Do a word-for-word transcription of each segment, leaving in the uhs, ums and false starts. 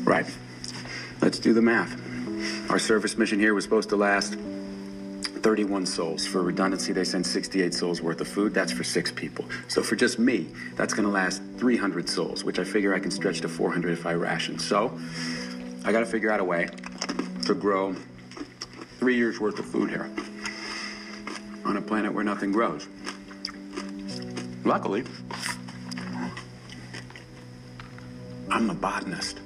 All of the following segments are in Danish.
Right. Let's do the math. Our service mission here was supposed to last thirty-one souls. For redundancy, they sent sixty-eight souls worth of food. That's for six people. So for just me, that's going to last three hundred souls, which I figure I can stretch to four hundred if I ration. So I got to figure out a way to grow three years worth of food here on a planet where nothing grows. Luckily, I'm a botanist.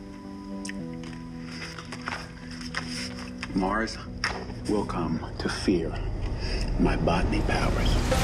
Mars will come to fear my botany powers.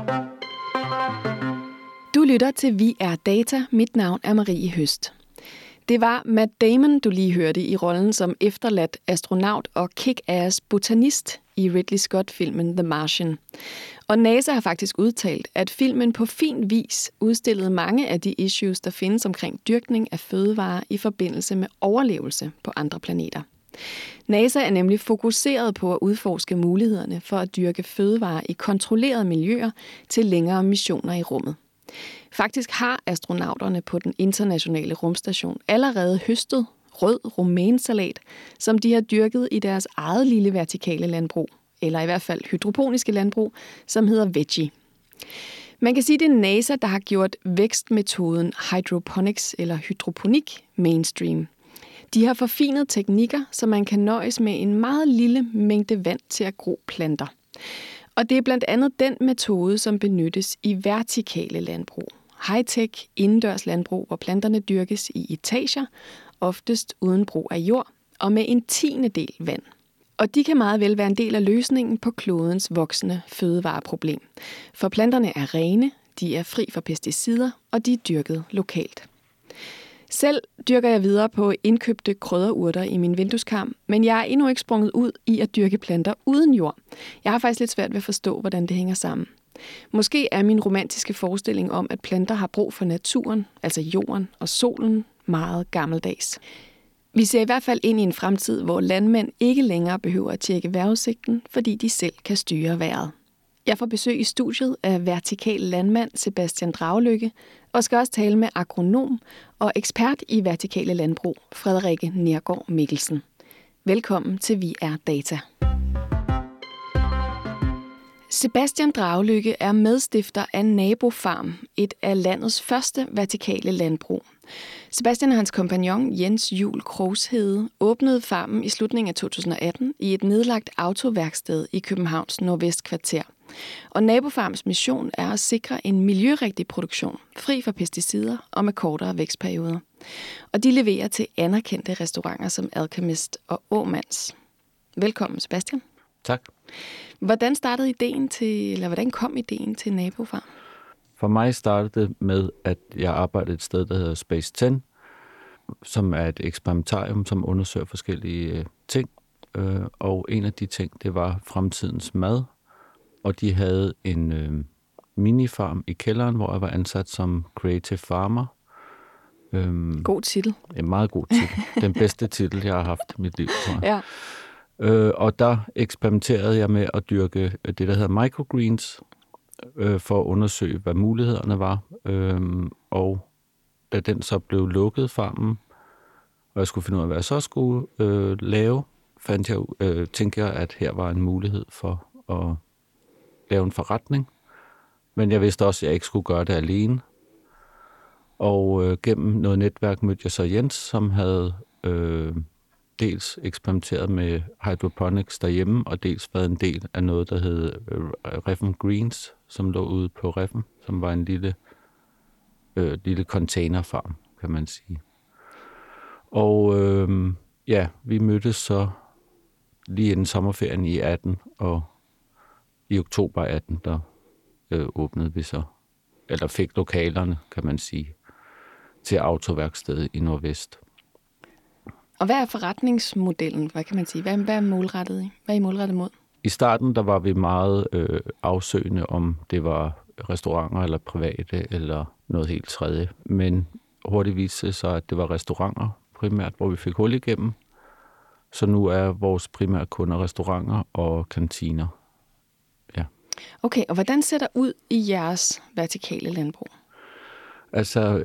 Du lytter til Vi er Data. Mit navn er Marie Høst. Det var Matt Damon, du lige hørte i rollen som efterladt astronaut og kick-ass botanist i Ridley Scott-filmen The Martian. Og NASA har faktisk udtalt, at filmen på fin vis udstillede mange af de issues, der findes omkring dyrkning af fødevarer i forbindelse med overlevelse på andre planeter. NASA er nemlig fokuseret på at udforske mulighederne for at dyrke fødevarer i kontrollerede miljøer til længere missioner i rummet. Faktisk har astronauterne på den internationale rumstation allerede høstet rød rumænsalat, som de har dyrket i deres eget lille vertikale landbrug, eller i hvert fald hydroponiske landbrug, som hedder Veggie. Man kan sige, at det er NASA, der har gjort vækstmetoden hydroponics eller hydroponik mainstream. De har forfinet teknikker, så man kan nøjes med en meget lille mængde vand til at gro planter. Og det er blandt andet den metode, som benyttes i vertikale landbrug. High-tech indendørs landbrug, hvor planterne dyrkes i etager, oftest uden brug af jord, og med en tiende del vand. Og de kan meget vel være en del af løsningen på klodens voksende fødevareproblem. For planterne er rene, de er fri for pesticider, og de er dyrket lokalt. Selv dyrker jeg videre på indkøbte krydderurter i min vindueskarm, men jeg er endnu ikke sprunget ud i at dyrke planter uden jord. Jeg har faktisk lidt svært ved at forstå, hvordan det hænger sammen. Måske er min romantiske forestilling om, at planter har brug for naturen, altså jorden og solen, meget gammeldags. Vi ser i hvert fald ind i en fremtid, hvor landmænd ikke længere behøver at tjekke vejrudsigten, fordi de selv kan styre vejret. Jeg får besøg i studiet af vertikal landmand Sebastian Draglykke, og skal også tale med agronom og ekspert i vertikale landbrug, Frederikke Neergaard Mikkelsen. Velkommen til Vi er Data. Sebastian Draglykke er medstifter af Nabofarm, et af landets første vertikale landbrug. Sebastian og hans kompagnon Jens Juel Krogshede åbnede farmen i slutningen af to tusind og atten i et nedlagt autoværksted i Københavns Nordvestkvarter. Og Nabofarms mission er at sikre en miljørigtig produktion, fri for pesticider og med kortere vækstperioder. Og de leverer til anerkendte restauranter som Alchemist og Åmands. Velkommen, Sebastian. Tak. Hvordan startede ideen til, eller hvordan kom ideen til Nabofarm? For mig startede det med, at jeg arbejdede et sted, der hedder Space ti, som er et eksperimentarium, som undersøger forskellige ting. Og en af de ting, det var fremtidens mad. Og de havde en øh, minifarm i kælderen, hvor jeg var ansat som creative farmer. Øhm, god titel. En meget god titel. Den bedste titel, jeg har haft i mit liv, tror jeg. Ja. Øh, og der eksperimenterede jeg med at dyrke det, der hedder microgreens, øh, for at undersøge, hvad mulighederne var. Øh, og da den så blev lukket, farmen, og jeg skulle finde ud af, hvad jeg så skulle øh, lave, fandt jeg, øh, tænkte jeg, at her var en mulighed for at lave en forretning. Men jeg vidste også, at jeg ikke skulle gøre det alene. Og øh, gennem noget netværk mødte jeg så Jens, som havde øh, dels eksperimenteret med hydroponics derhjemme, og dels været en del af noget, der hed øh, Reffen Greens, som lå ude på Reffen, som var en lille, øh, lille containerfarm, kan man sige. Og øh, ja, vi mødtes så lige inden sommerferien i atten, og i oktober atten, der øh, åbnede vi så, eller fik lokalerne, kan man sige, til autoværkstedet i Nordvest. Og hvad er forretningsmodellen, hvad kan man sige? Hvad, hvad er målrettet i? Hvad er I målrettet mod? I starten, der var vi meget øh, afsøgende, om det var restauranter eller private eller noget helt tredje. Men hurtigt viste det sig, at det var restauranter primært, hvor vi fik hul igennem. Så nu er vores primære kunder restauranter og kantiner. Ja. Okay, og hvordan ser der ud i jeres vertikale landbrug? Altså,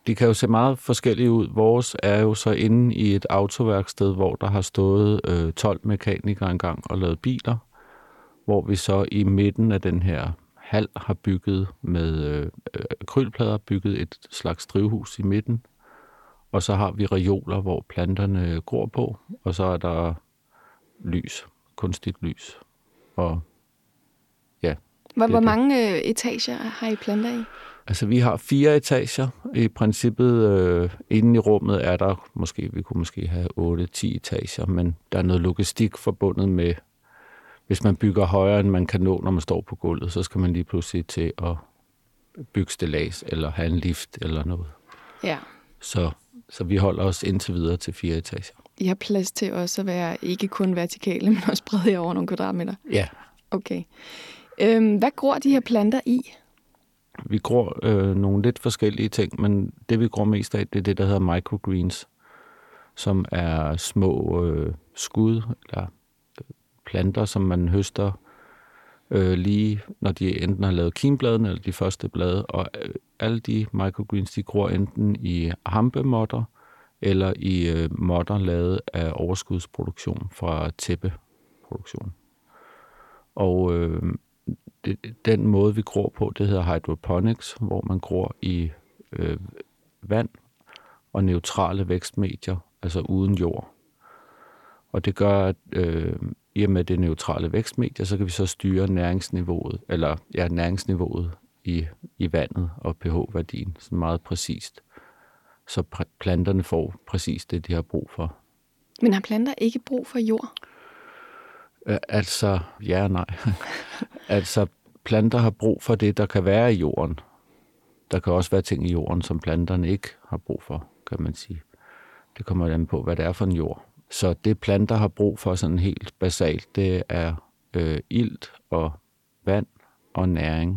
de kan jo se meget forskellige ud. Vores er jo så inde i et autoværksted, hvor der har stået øh, tolv mekanikere engang og lavet biler, hvor vi så i midten af den her hal har bygget med øh, akrylplader, bygget et slags drivhus i midten, og så har vi reoler, hvor planterne gror på, og så er der lys, kunstigt lys. Og ja. Hvor, hvor mange øh, etager har I planter i? Altså, vi har fire etager. I princippet, øh, inde i rummet er der måske, vi kunne måske have otte til ti etager, men der er noget logistik forbundet med, hvis man bygger højere, end man kan nå, når man står på gulvet, så skal man lige pludselig til at bygge stillads, eller have en lift, eller noget. Ja. Så, så vi holder os indtil videre til fire etager. I har plads til også at være ikke kun vertikale, men også brede over nogle kvadratmeter? Ja. Okay. Øhm, hvad gror de her planter i? Vi gror øh, nogle lidt forskellige ting, men det vi gror mest af, det er det, der hedder microgreens, som er små øh, skud eller planter, som man høster øh, lige, når de enten har lavet kimbladene eller de første blade. Og øh, alle de microgreens, de gror enten i hampemotter eller i øh, motter lavet af overskudsproduktion fra tæppeproduktion. Og øh, det, den måde, vi gror på, det hedder hydroponics, hvor man gror i øh, vand og neutrale vækstmedier, altså uden jord. Og det gør, at øh, i og med det neutrale vækstmedier, så kan vi så styre næringsniveauet, eller ja, næringsniveauet i, i vandet og pH-værdien, sådan meget præcist. Så pr- planterne får præcis det, de har brug for. Men har planter ikke brug for jord? Altså, ja og nej. Altså, planter har brug for det, der kan være i jorden. Der kan også være ting i jorden, som planterne ikke har brug for, kan man sige. Det kommer an på, hvad det er for en jord. Så det, planter har brug for sådan helt basalt, det er øh, ilt og vand og næring.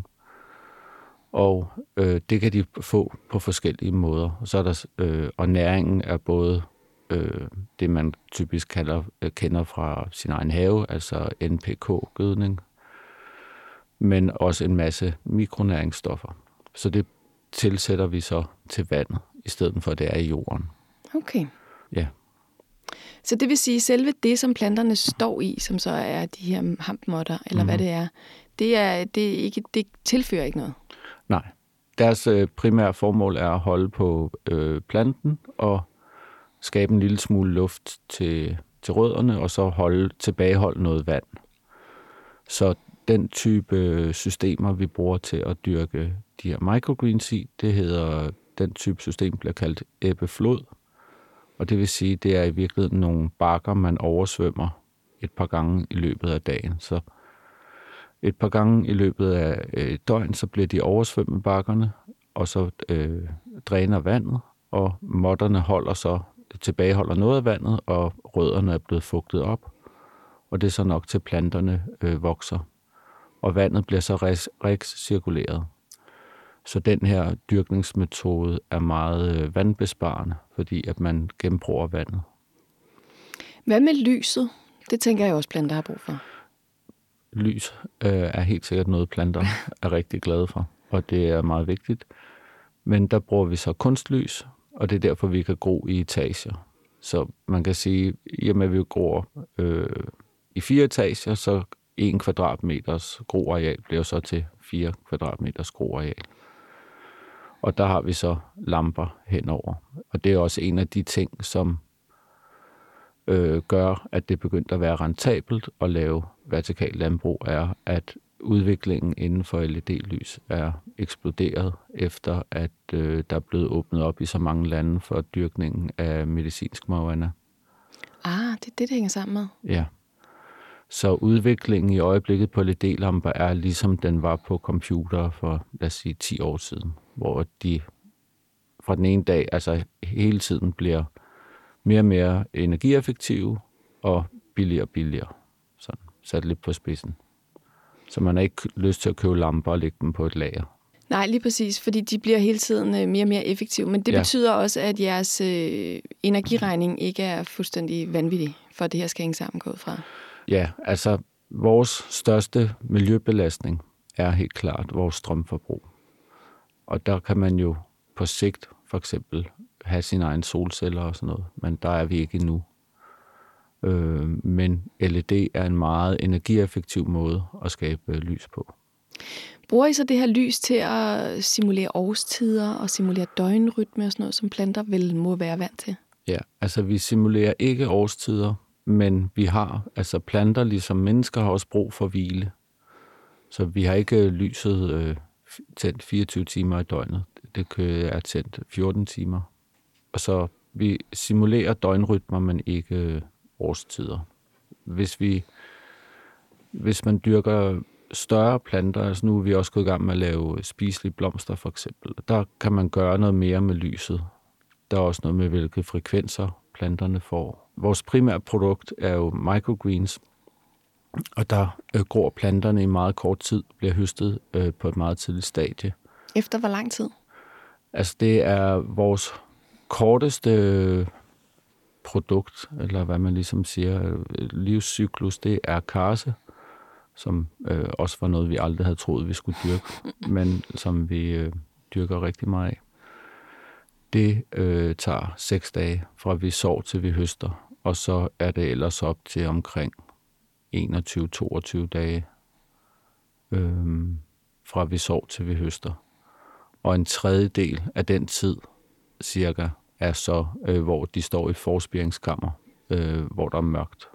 Og øh, det kan de få på forskellige måder. Så er der, øh, og næringen er både øh, det, man typisk kalder, øh, kender fra sin egen have, altså N P K-gødning, men også en masse mikronæringsstoffer. Så det tilsætter vi så til vandet, i stedet for at det er i jorden. Okay. Ja. Så det vil sige, at selve det, som planterne står i, som så er de her hampmotter, eller mm-hmm. hvad det er, det, er, det, er ikke, det tilfører ikke noget? Nej. Deres øh, primære formål er at holde på øh, planten og skabe en lille smule luft til, til rødderne, og så holde, tilbageholde noget vand. Så den type systemer, vi bruger til at dyrke de her microgreens i, det hedder, den type system bliver kaldt ebbeflod. Og det vil sige, det er i virkeligheden nogle bakker, man oversvømmer et par gange i løbet af dagen. Så et par gange i løbet af et døgn, så bliver de oversvømmet bakkerne, og så øh, dræner vandet, og motterne holder så, tilbageholder noget af vandet, og rødderne er blevet fugtet op, og det er så nok til planterne øh, vokser. Og vandet bliver så recirkuleret. Så den her dyrkningsmetode er meget øh, vandbesparende, fordi at man genbruger vandet. Hvad med lyset? Det tænker jeg også, planter har brug for. Lys øh, er helt sikkert noget, planter er rigtig glade for, og det er meget vigtigt. Men der bruger vi så kunstlys, og det er derfor, vi kan gro i etager. Så man kan sige, i og med at vi gror øh, i fire etager, så en kvadratmeters groareal bliver så til fire kvadratmeters groareal. Og der har vi så lamper henover. Og det er også en af de ting, som øh, gør, at det begyndte at være rentabelt at lave vertikal landbrug, er, at udviklingen inden for L E D-lys er eksploderet, efter at øh, der er blevet åbnet op i så mange lande for dyrkningen af medicinsk marihuana. Ah, det er det, det hænger sammen med. Ja. Så udviklingen i øjeblikket på L E D-lamper er ligesom den var på computer for, lad os sige, ti år siden, hvor de fra den ene dag, altså hele tiden bliver mere og mere energieffektive og billigere og billigere. Sådan, sat lidt på spidsen. Så man har ikke lyst til at købe lamper og lægge dem på et lager. Nej, lige præcis, fordi de bliver hele tiden mere og mere effektive. Men det ja. betyder også, at jeres øh, energiregning ikke er fuldstændig vanvittig, for at det her skal hænge sammen gået fra. Ja, altså vores største miljøbelastning er helt klart vores strømforbrug. Og der kan man jo på sigt for eksempel have sine egne solceller og sådan noget, men der er vi ikke endnu. Øh, men L E D er en meget energieffektiv måde at skabe lys på. Bruger I så det her lys til at simulere årstider og simulere døgnrytme og sådan noget, som planter vel må være vant til? Ja, altså vi simulerer ikke årstider, men vi har, altså planter ligesom mennesker har også brug for hvile. Så vi har ikke lyset øh, tændt fireogtyve timer i døgnet. Det er tændt fjorten timer. Og så vi simulerer døgnrytmer, men ikke øh, årstider. Hvis vi, hvis man dyrker større planter, altså nu er vi også gået i gang med at lave spiselige blomster for eksempel, der kan man gøre noget mere med lyset. Der er også noget med, hvilke frekvenser planterne får. Vores primære produkt er jo microgreens, og der øh, gror planterne i meget kort tid, bliver høstet øh, på et meget tidligt stadie. Efter hvor lang tid? Altså det er vores korteste produkt, eller hvad man ligesom siger, livscyklus, det er karse, som øh, også var noget, vi aldrig havde troet, vi skulle dyrke, men som vi øh, dyrker rigtig meget af. Det øh, tager seks dage, fra vi sår til vi høster, og så er det ellers op til omkring enogtyve til toogtyve dage, øh, fra vi sår til vi høster. Og en tredjedel af den tid, cirka, er så, øh, hvor de står i forspiringskammer, øh, hvor der er mørkt.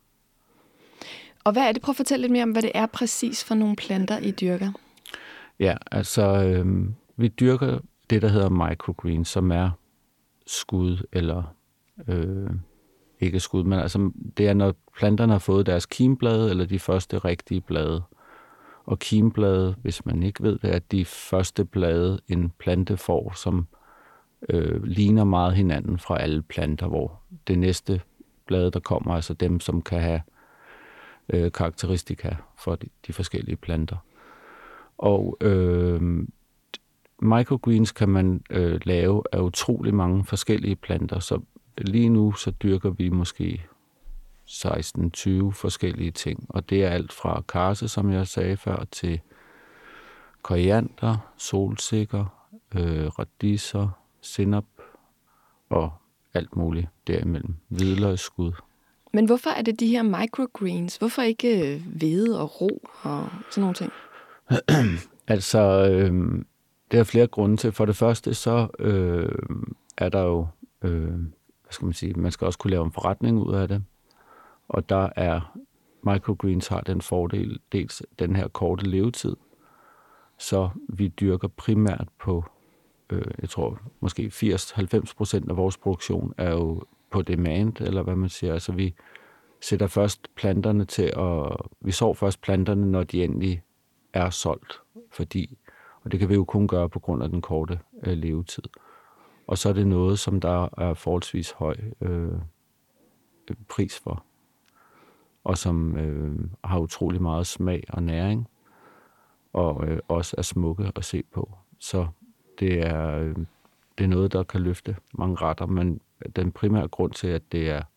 Og hvad er det? Prøv at fortælle lidt mere om, hvad det er præcis for nogle planter, I dyrker. Ja, altså øh, vi dyrker det, der hedder microgreens, som er skud eller øh, ikke skud, men altså det er, når planterne har fået deres kimblade, eller de første rigtige blade. Og kimblade, hvis man ikke ved det, er de første blade, en plante får, som øh, ligner meget hinanden fra alle planter, hvor det næste blade, der kommer, altså dem, som kan have øh, karakteristika for de, de forskellige planter. Og øh, microgreens kan man øh, lave af utrolig mange forskellige planter, så lige nu så dyrker vi måske seksten til tyve forskellige ting, og det er alt fra karse, som jeg sagde før, til koriander, solsikker, øh, radiser, sennep og alt muligt derimellem. Hvidløgsskud. Men hvorfor er det de her microgreens? Hvorfor ikke øh, hvede og ro og sådan nogle ting? altså, øh, det er flere grunde til. For det første, så øh, er der jo, øh, hvad skal man sige, man skal også kunne lave en forretning ud af det. Og der er, microgreens har den fordel, dels den her korte levetid, så vi dyrker primært på, øh, jeg tror måske firs til halvfems procent af vores produktion er jo på demand, eller hvad man siger. Altså vi sætter først planterne til at, vi sår først planterne, når de endelig er solgt, fordi, og det kan vi jo kun gøre på grund af den korte øh, levetid. Og så er det noget, som der er forholdsvis høj øh, pris for, og som øh, har utrolig meget smag og næring, og øh, også er smukke at se på. Så det er, øh, det er noget, der kan løfte mange retter, men den primære grund til, at det er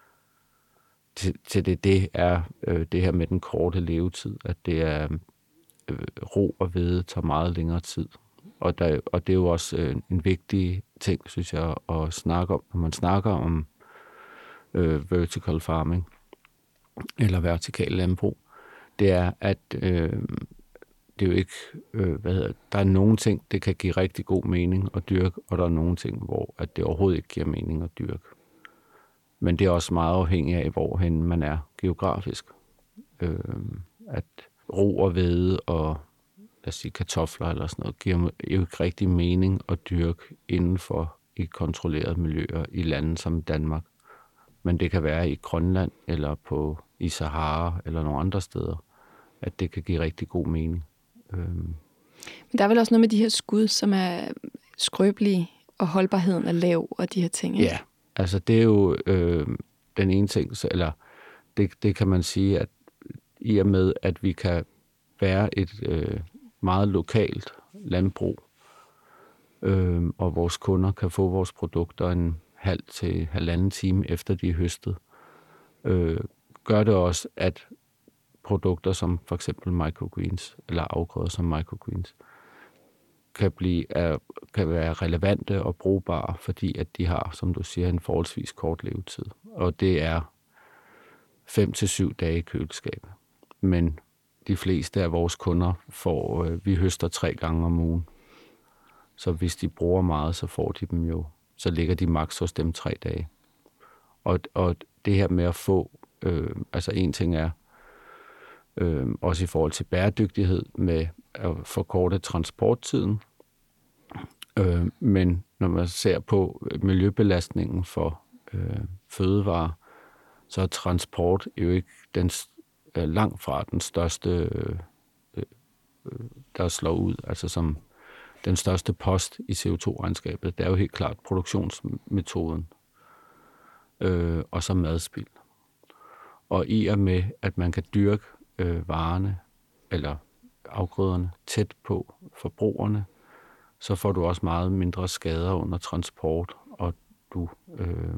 til, til det, det er øh, det her med den korte levetid, at det er øh, ro og hvede tager meget længere tid. Og, der, og det er jo også øh, en vigtig ting, synes jeg, at snakke om, når man snakker om øh, vertical farming, eller vertikal landbrug, det er, at øh, det er jo ikke, øh, hvad hedder, der er nogle ting, det kan give rigtig god mening at dyrke, og der er nogle ting, hvor at det overhovedet ikke giver mening at dyrke. Men det er også meget afhængigt af, hvorhen man er geografisk. Øh, at ro og hvede og lad os sige kartofler eller sådan noget, giver jo ikke rigtig mening at dyrke inden for i kontrollerede miljøer i lande som Danmark. Men det kan være i Grønland eller på i Sahara eller nogle andre steder, at det kan give rigtig god mening. Øhm. Men der er vel også noget med de her skud, som er skrøbelige, og holdbarheden er lav, og de her ting, ikke? Ja, altså det er jo øh, den ene ting, eller det, det kan man sige, at i og med, at vi kan være et øh, meget lokalt landbrug, øh, og vores kunder kan få vores produkter en halv til halvanden time efter de er høstet, øh, gør det også, at produkter som for eksempel microgreens, eller afgrøder som microgreens, kan, blive, er, kan være relevante og brugbare, fordi at de har, som du siger, en forholdsvis kort levetid. Og det er fem til syv dage i køleskabet. Men de fleste af vores kunder får, øh, vi høster tre gange om ugen. Så hvis de bruger meget, så får de dem jo, så ligger de maks hos dem tre dage. Og, og det her med at få, øh, altså en ting er, øh, også i forhold til bæredygtighed med at forkorte transporttiden, øh, men når man ser på miljøbelastningen for øh, fødevarer, så er transport jo ikke den, øh, langt fra den største, øh, øh, der slår ud, altså som den største post i C O to regnskabet. Det er jo helt klart produktionsmetoden, øh, og så madspild. Og i og med, at man kan dyrke øh, varerne eller afgrøderne tæt på forbrugerne, så får du også meget mindre skader under transport, og du øh,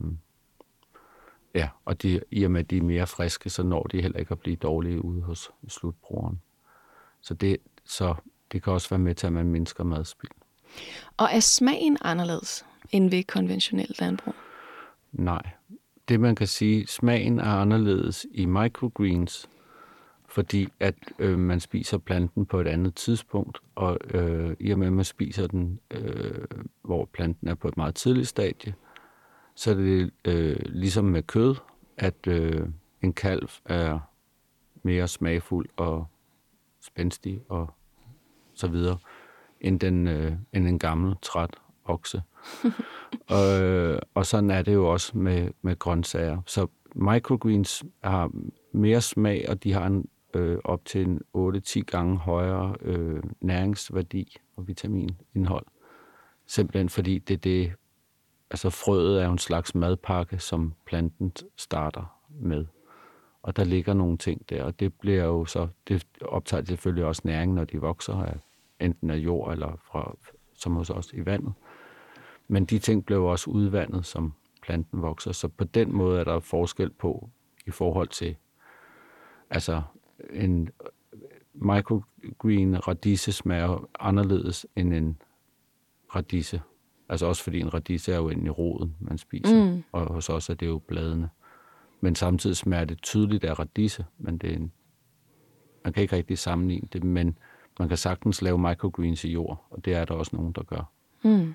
ja, og de, i og med, at de er mere friske, så når de heller ikke at blive dårlige ude hos slutbrugeren. Så det, så det kan også være med til, at man mindsker madspild. Og er smagen anderledes end ved konventionelt landbrug? Nej. Det man kan sige, smagen er anderledes i microgreens, fordi at øh, man spiser planten på et andet tidspunkt, og øh, i og med, at man spiser den, øh, hvor planten er på et meget tidligt stadie, så er det øh, ligesom med kød, at øh, en kalv er mere smagfuld og spændstig og så videre, end, den, øh, end en gammel, træt okse. og, øh, og sådan er det jo også med, med grøntsager. Så microgreens har mere smag, og de har en, øh, op til en otte til ti gange højere øh, næringsværdi og vitaminindhold. Simpelthen fordi det er det, altså frøet er jo en slags madpakke, som planten starter med. Og der ligger nogle ting der, og det bliver jo så, det optager selvfølgelig også næring, når de vokser, af, enten af jord eller fra, som hos os i vandet. Men de ting bliver også udvandet, som planten vokser. Så på den måde er der forskel på i forhold til, altså en microgreen radise smager anderledes end en radise. Altså også fordi en radise er jo inde i roden, man spiser, mm. og hos os er det jo bladene. Men samtidig smager det tydeligt af radise, men det er en, man kan ikke rigtig sammenligne det, men man kan sagtens lave microgreens i jord, og det er der også nogen, der gør. Mm.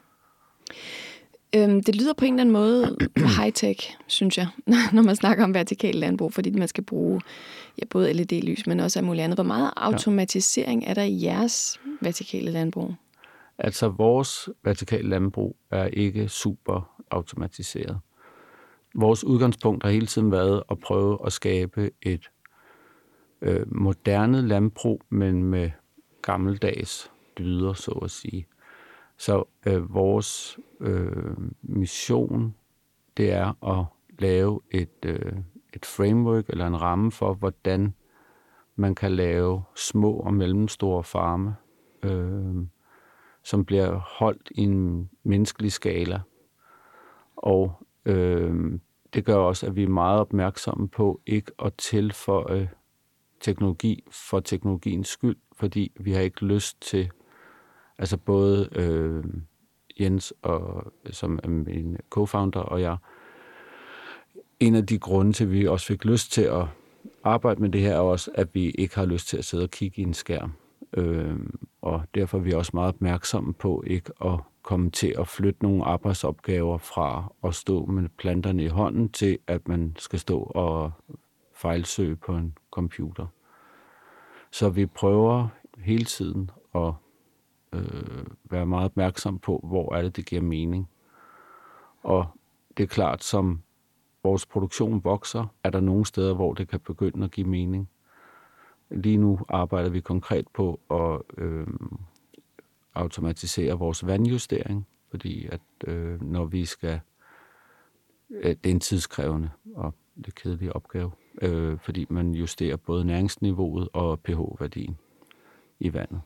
Øhm, det lyder på en eller anden måde high-tech, synes jeg, når man snakker om vertikal landbrug, fordi man skal bruge ja, både L E D-lys, men også af muligt andet. Hvor meget automatisering ja. er der i jeres vertikale landbrug? Altså, vores vertikale landbrug er ikke super automatiseret. Vores udgangspunkt har hele tiden været at prøve at skabe et øh, moderne landbrug, men med gammeldags dyder, så at sige. Så øh, vores øh, mission, det er at lave et, øh, et framework eller en ramme for, hvordan man kan lave små og mellemstore farme, øh, som bliver holdt i en menneskelig skala. Og øh, det gør også, at vi er meget opmærksomme på ikke at tilføje teknologi for teknologiens skyld, fordi vi har ikke lyst til, altså både øh, Jens, og, som er min co-founder, og jeg, en af de grunde til, at vi også fik lyst til at arbejde med det her, er også, at vi ikke har lyst til at sidde og kigge i en skærm. Øh, og derfor er vi også meget opmærksomme på ikke at komme til at flytte nogle arbejdsopgaver fra at stå med planterne i hånden til, at man skal stå og fejlsøge på en computer. Så vi prøver hele tiden at øh, være meget opmærksom på, hvor er det, det giver mening. Og det er klart, som vores produktion vokser, er der nogle steder, hvor det kan begynde at give mening. Lige nu arbejder vi konkret på at øh, automatisere vores vandjustering, fordi at øh, når vi skal, øh, det er en tidskrævende og lidt kedelig opgave, øh, fordi man justerer både næringsniveauet og pH-værdien i vandet.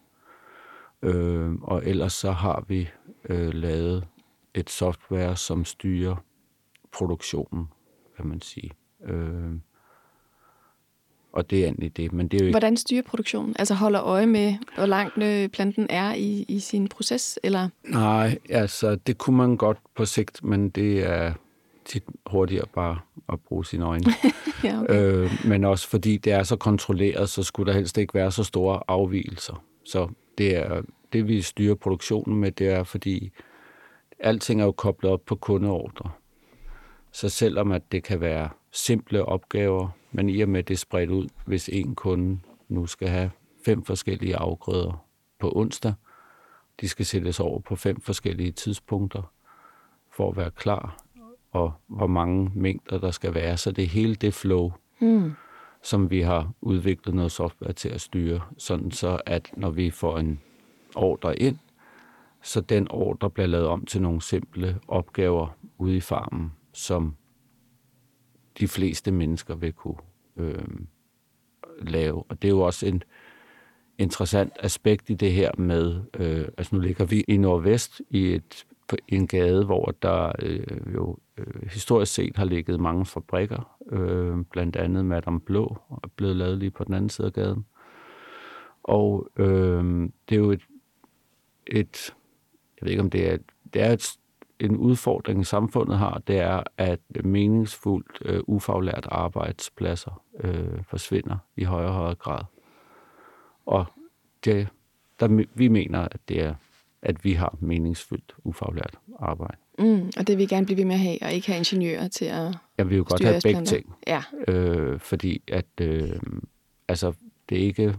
Øh, og ellers så har vi øh, lavet et software, som styrer produktionen, kan man sige. Øh, Og det er egentlig det, men det er jo ikke... Hvordan styrer produktionen? Altså holder øje med, hvor langt planten er i, i sin proces, eller? Nej, altså det kunne man godt på sigt, men det er tit hurtigere bare at bruge sine øjne. Ja, okay. øh, men også fordi det er så kontrolleret, så skulle der helst ikke være så store afvigelser. Så det er det, vi styrer produktionen med, det er fordi alting er jo koblet op på kundeordre. Så selvom at det kan være simple opgaver, men i og med det er spredt ud, hvis en kunde nu skal have fem forskellige afgrøder på onsdag, de skal sættes over på fem forskellige tidspunkter for at være klar, og hvor mange mængder der skal være. Så det er hele det flow, mm. som vi har udviklet noget software til at styre, sådan så at når vi får en ordre ind, så den ordre bliver lavet om til nogle simple opgaver ude i farmen, som de fleste mennesker vil kunne øh, lave. Og det er jo også en interessant aspekt i det her med, øh, altså nu ligger vi i Nordvest i, et, i en gade, hvor der øh, jo øh, historisk set har ligget mange fabrikker, øh, blandt andet Madame Blå, er blevet lavet lige på den anden side af gaden. Og øh, det er jo et, et, jeg ved ikke om det er, det er et, en udfordring, samfundet har, det er, at meningsfuldt øh, ufaglært arbejdspladser øh, forsvinder i højere og højere grad. Og det, der, vi mener, at det er, at vi har meningsfuldt ufaglært arbejde. Mm, og det vil vi gerne blive ved med at have, og ikke have ingeniører til at Jeg vil jo godt have begge ting. Ja. Øh, fordi at, øh, altså, det er ikke...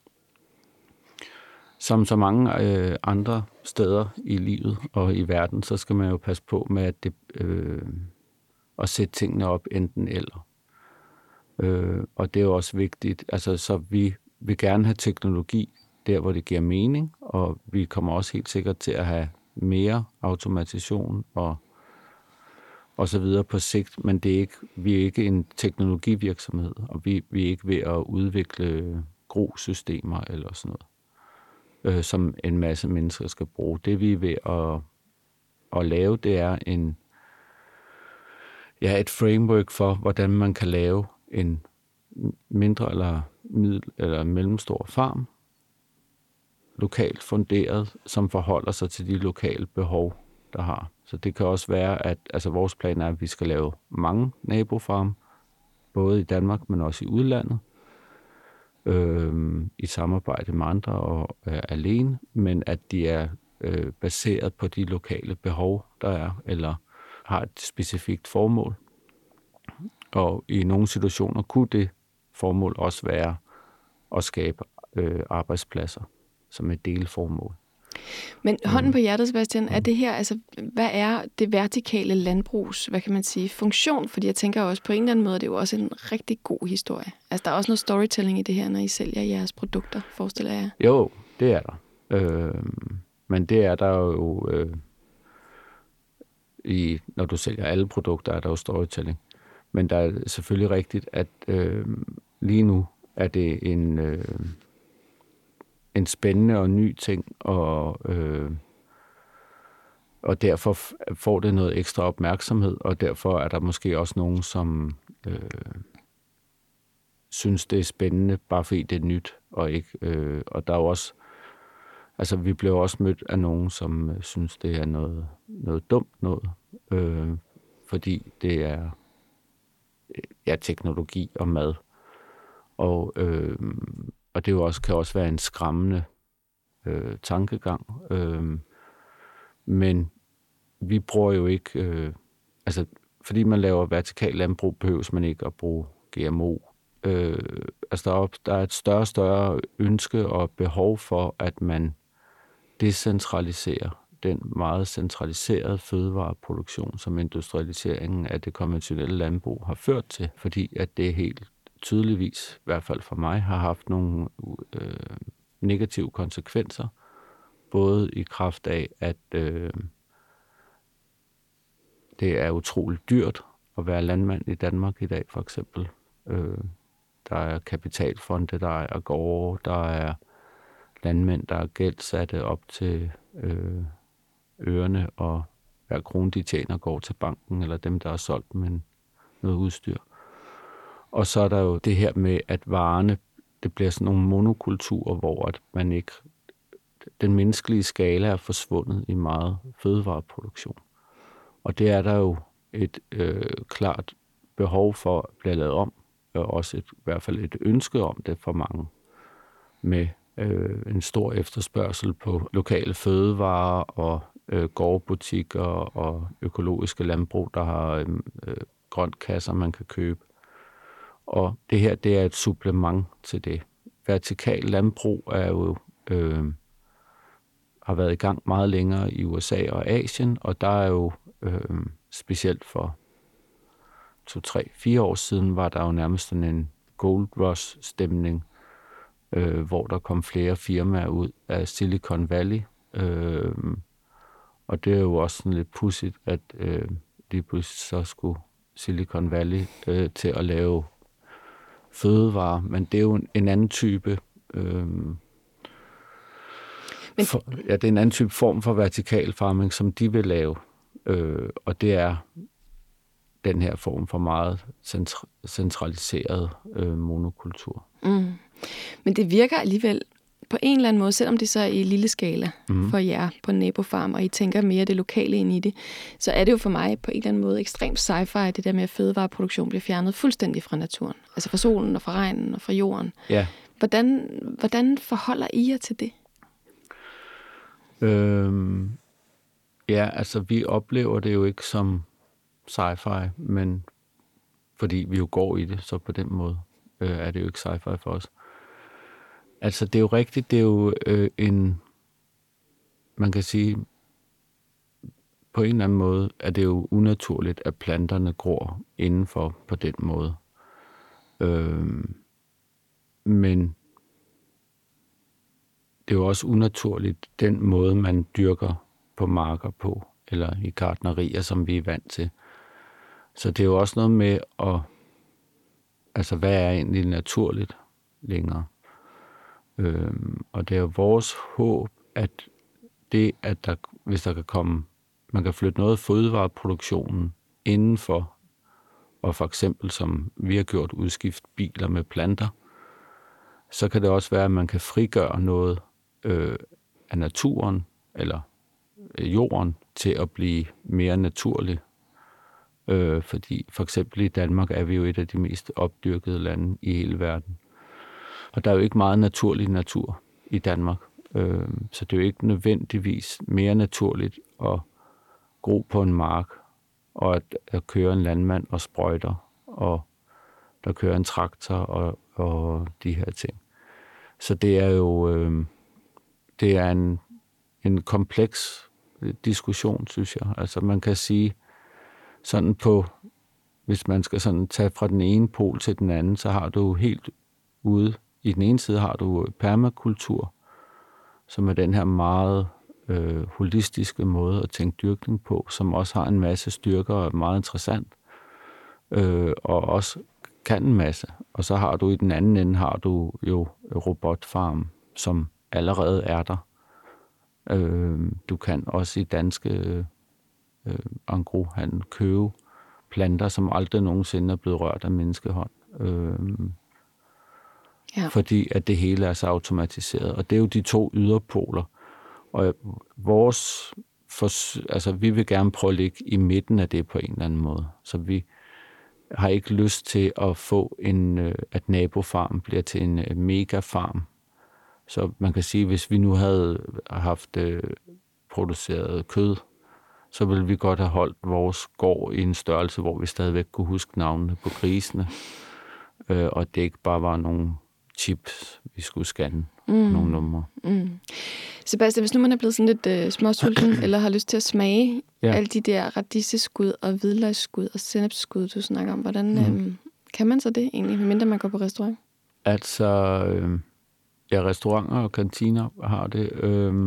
Som så mange øh, andre steder i livet og i verden, så skal man jo passe på med at, det, øh, at sætte tingene op enten eller. Øh, og det er jo også vigtigt. Altså, så vi vil gerne have teknologi der, hvor det giver mening, og vi kommer også helt sikkert til at have mere automatisation og, og så videre på sigt, men det er ikke, vi er ikke en teknologivirksomhed, og vi, vi er ikke ved at udvikle grosystemer eller sådan noget, som en masse mennesker skal bruge. Det vi er ved at, at lave, det er en, ja, et framework for, hvordan man kan lave en mindre eller, middel, eller mellemstor farm, lokalt funderet, som forholder sig til de lokale behov, der har. Så det kan også være, at altså vores plan er, at vi skal lave mange nabofarme, både i Danmark, men også i udlandet, Øh, i samarbejde med andre og øh, alene, men at de er øh, baseret på de lokale behov, der er, eller har et specifikt formål. Og i nogle situationer kunne det formål også være at skabe øh, arbejdspladser som et delformål. Men hånden på hjertet, Sebastian, er det her, altså, hvad er det vertikale landbrugs, hvad kan man sige, funktion? Fordi jeg tænker også på en eller anden måde, det er jo også en rigtig god historie. Altså, der er også noget storytelling i det her, når I sælger jeres produkter, forestiller jeg. Jo, det er der. Øh, men det er der jo, øh, i, når du sælger alle produkter, er der jo storytelling. Men der er selvfølgelig rigtigt, at øh, lige nu er det en... Øh, en spændende og ny ting, og, øh, og derfor får det noget ekstra opmærksomhed, og derfor er der måske også nogen, som øh, synes, det er spændende, bare fordi det er nyt, og ikke, øh, og der er jo også, altså vi blev også mødt af nogen, som øh, synes, det er noget, noget dumt noget, øh, fordi det er ja, teknologi og mad, og øh, Og det jo også, kan også være en skræmmende øh, tankegang. Øh, men vi bruger jo ikke... Øh, altså, fordi man laver vertikal landbrug, behøves man ikke at bruge G M O. Øh, altså, der er, der er et større og større ønske og behov for, at man decentraliserer den meget centraliserede fødevareproduktion, som industrialiseringen af det konventionelle landbrug har ført til. Fordi at det er helt tydeligvis, i hvert fald for mig, har haft nogle øh, negative konsekvenser, både i kraft af, at øh, det er utroligt dyrt at være landmand i Danmark i dag, for eksempel. Øh, der er kapitalfonde, der er gårde, der er landmænd, der er gældsatte op til øh, ørerne, og hver krone, de tjener, går til banken, eller dem, der har solgt med noget udstyr. Og så er der jo det her med, at varerne, det bliver sådan nogle monokulturer, hvor at man ikke, den menneskelige skala er forsvundet i meget fødevareproduktion. Og det er der jo et øh, klart behov for at blive lavet om, og også et, i hvert fald et ønske om det for mange, med øh, en stor efterspørgsel på lokale fødevarer og øh, gårdbutikker og økologiske landbrug, der har øh, grøntkasser, man kan købe. Og det her, det er et supplement til det. Vertikal landbrug er jo, øh, har været i gang meget længere i U S A og Asien, og der er jo øh, specielt for to, tre, fire år siden, var der jo nærmest sådan en gold rush-stemning, øh, hvor der kom flere firmaer ud af Silicon Valley. Øh, og det er jo også sådan lidt pudsigt, at øh, lige pludselig så skulle Silicon Valley øh, til at lave fødevarer, men det er jo en, en anden type øh, men... for, ja, det er en anden type form for vertikal farming, som de vil lave, øh, og det er den her form for meget centra- centraliseret øh, monokultur. Mm. Men det virker alligevel på en eller anden måde, selvom det så er i lille skala mm. for jer på en nabofarm, og I tænker mere det lokale ind i det, så er det jo for mig på en eller anden måde ekstremt sci-fi, det der med, at fødevareproduktion bliver fjernet fuldstændig fra naturen. Altså fra solen og fra regnen og fra jorden. Ja. Hvordan, hvordan forholder I jer til det? Øhm, ja, altså vi oplever det jo ikke som sci-fi, men fordi vi jo går i det, så på den måde øh, er det jo ikke sci-fi for os. Altså det er jo rigtigt, det er jo øh, en, man kan sige, på en eller anden måde er det jo unaturligt, at planterne gror indenfor på den måde. Øh, men det er jo også unaturligt, den måde man dyrker på marker på, eller i gartnerier, som vi er vant til. Så det er jo også noget med at, altså hvad er egentlig naturligt længere? Øhm, og det er jo vores håb, at det, at der, hvis der kan komme, man kan flytte noget af fødevareproduktionen indenfor, og for eksempel, som vi har gjort, udskift biler med planter, så kan det også være, at man kan frigøre noget øh, af naturen, eller jorden, til at blive mere naturlig. Øh, fordi for eksempel i Danmark er vi jo et af de mest opdyrkede lande i hele verden. Og der er jo ikke meget naturlig natur i Danmark. Øh, så det er jo ikke nødvendigvis mere naturligt at gro på en mark, og at, at køre en landmand og sprøjter, og der kører en traktor og, og de her ting. Så det er jo øh, det er en, en kompleks diskussion, synes jeg. Altså man kan sige, sådan på, hvis man skal sådan tage fra den ene pol til den anden, så har du helt ude, i den ene side har du permakultur, som er den her meget øh, holistiske måde at tænke dyrkning på, som også har en masse styrker og er meget interessant, øh, og også kan en masse. Og så har du i den anden ende, har du jo robotfarm, som allerede er der. Øh, du kan også i danske øh, engroshandel købe planter, som aldrig nogensinde er blevet rørt af menneskehånd. Øh, ja. Fordi at det hele er så automatiseret. Og det er jo de to yderpoler. Og vores, for, altså vi vil gerne prøve at ligge i midten af det på en eller anden måde. Så vi har ikke lyst til at få en, at nabofarmen bliver til en megafarm. Så man kan sige, hvis vi nu havde haft øh, produceret kød, så ville vi godt have holdt vores gård i en størrelse, hvor vi stadigvæk kunne huske navnene på grisene. Øh, og det ikke bare var nogle chips, vi skulle scanne, mm. nogle numre. Mm. Sebastian, hvis nu man er blevet sådan lidt øh, småsulten, eller har lyst til at smage ja. alle de der radiseskud og hvidløgsskud og sennepsskud, du snakker om, hvordan mm. øh, kan man så det egentlig, mindre man går på restaurant? Altså, øh, ja, restauranter og kantiner har det. Øh,